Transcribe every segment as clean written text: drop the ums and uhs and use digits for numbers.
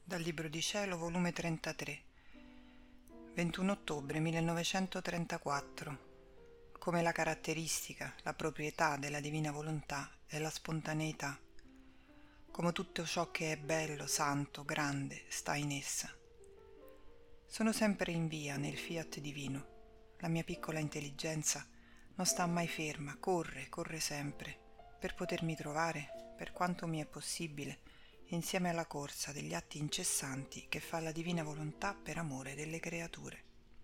Dal Libro di Cielo, volume 33, 21 ottobre 1934. Come la caratteristica, la proprietà della divina volontà è la spontaneità. Come tutto ciò che è bello, santo, grande, sta in essa. Sono sempre in via nel fiat divino. La mia piccola intelligenza non sta mai ferma, corre sempre, per potermi trovare, per quanto mi è possibile, insieme alla corsa degli atti incessanti che fa la divina volontà per amore delle creature.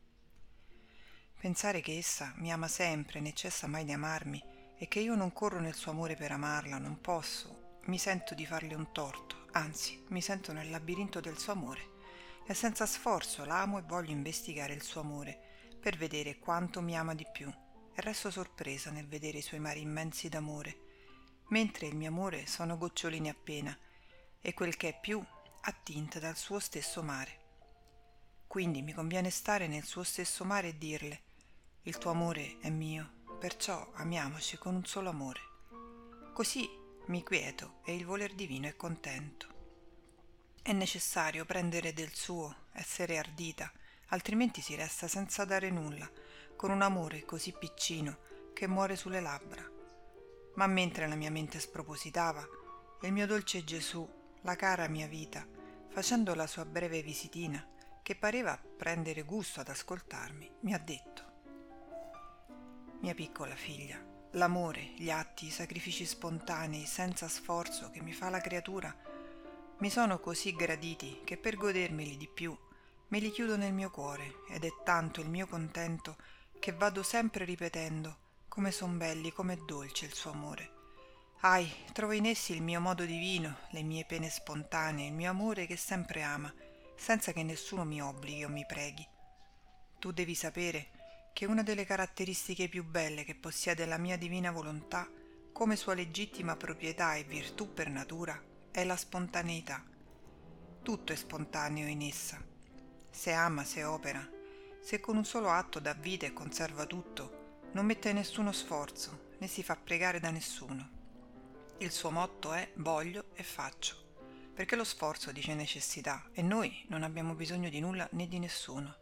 Pensare che essa mi ama sempre, né cessa mai di amarmi, e che io non corro nel suo amore per amarla, non posso, mi sento di farle un torto, anzi, mi sento nel labirinto del suo amore, e senza sforzo la amo e voglio investigare il suo amore, per vedere quanto mi ama di più, e resto sorpresa nel vedere i suoi mari immensi d'amore, mentre il mio amore sono goccioline appena, e quel che è più attinte dal suo stesso mare. Quindi mi conviene stare nel suo stesso mare e dirle: il tuo amore è mio, perciò amiamoci con un solo amore. Così mi quieto e il voler divino è contento. È necessario prendere del suo, essere ardita, altrimenti si resta senza dare nulla, con un amore così piccino che muore sulle labbra. Ma mentre la mia mente spropositava, il mio dolce Gesù, la cara mia vita, facendo la sua breve visitina, che pareva prendere gusto ad ascoltarmi, mi ha detto: mia piccola figlia, l'amore, gli atti, i sacrifici spontanei, senza sforzo che mi fa la creatura, mi sono così graditi che per godermeli di più me li chiudo nel mio cuore, ed è tanto il mio contento che vado sempre ripetendo come son belli, com'è dolce il suo amore. Ahi, trovo in essi il mio modo divino, le mie pene spontanee, il mio amore che sempre ama, senza che nessuno mi obblighi o mi preghi. Tu devi sapere che una delle caratteristiche più belle che possiede la mia divina volontà, come sua legittima proprietà e virtù per natura, è la spontaneità. Tutto è spontaneo in essa. Se ama, se opera, se con un solo atto dà vita e conserva tutto, non mette nessuno sforzo, né si fa pregare da nessuno. Il suo motto è voglio e faccio, perché lo sforzo dice necessità e noi non abbiamo bisogno di nulla né di nessuno.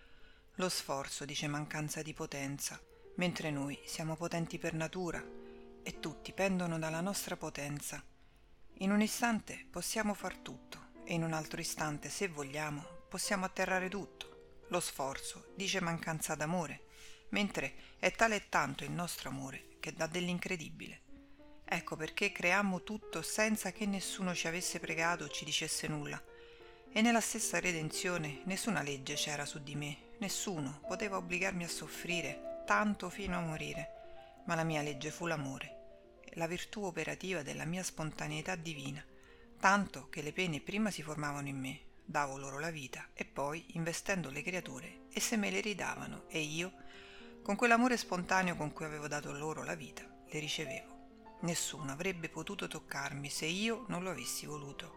Lo sforzo dice mancanza di potenza, mentre noi siamo potenti per natura e tutti pendono dalla nostra potenza. In un istante possiamo far tutto e in un altro istante, se vogliamo, possiamo atterrare tutto. Lo sforzo dice mancanza d'amore, mentre è tale e tanto il nostro amore che dà dell'incredibile. Ecco perché creammo tutto senza che nessuno ci avesse pregato o ci dicesse nulla. E nella stessa redenzione nessuna legge c'era su di me, nessuno poteva obbligarmi a soffrire tanto fino a morire, ma la mia legge fu l'amore, la virtù operativa della mia spontaneità divina, tanto che le pene prima si formavano in me, davo loro la vita e poi, investendo le creature, esse me le ridavano e io, con quell'amore spontaneo con cui avevo dato loro la vita, le ricevevo. Nessuno avrebbe potuto toccarmi se io non lo avessi voluto.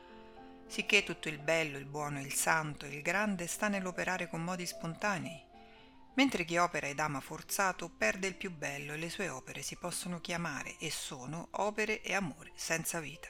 Sicché tutto il bello, il buono, il santo, il grande sta nell'operare con modi spontanei, mentre chi opera ed ama forzato perde il più bello e le sue opere si possono chiamare e sono opere e amore senza vita,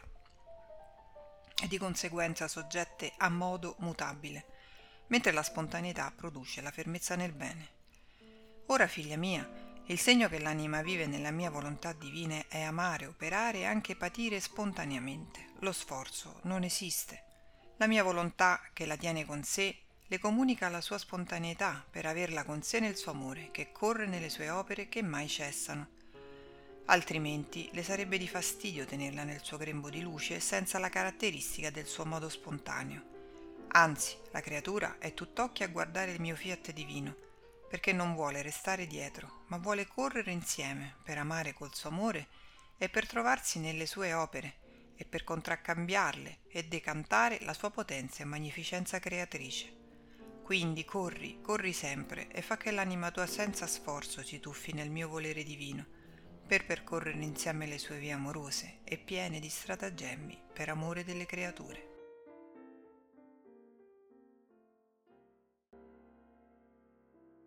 e di conseguenza soggette a modo mutabile, mentre la spontaneità produce la fermezza nel bene. Ora, figlia mia, il segno che l'anima vive nella mia volontà divina è amare, operare e anche patire spontaneamente. Lo sforzo non esiste. La mia volontà, che la tiene con sé, le comunica la sua spontaneità per averla con sé nel suo amore, che corre nelle sue opere che mai cessano. Altrimenti le sarebbe di fastidio tenerla nel suo grembo di luce senza la caratteristica del suo modo spontaneo. Anzi, la creatura è tutt'occhi a guardare il mio fiat divino, perché non vuole restare dietro, ma vuole correre insieme per amare col suo amore e per trovarsi nelle sue opere e per contraccambiarle e decantare la sua potenza e magnificenza creatrice. Quindi corri sempre e fa che l'anima tua senza sforzo si tuffi nel mio volere divino, per percorrere insieme le sue vie amorose e piene di stratagemmi per amore delle creature.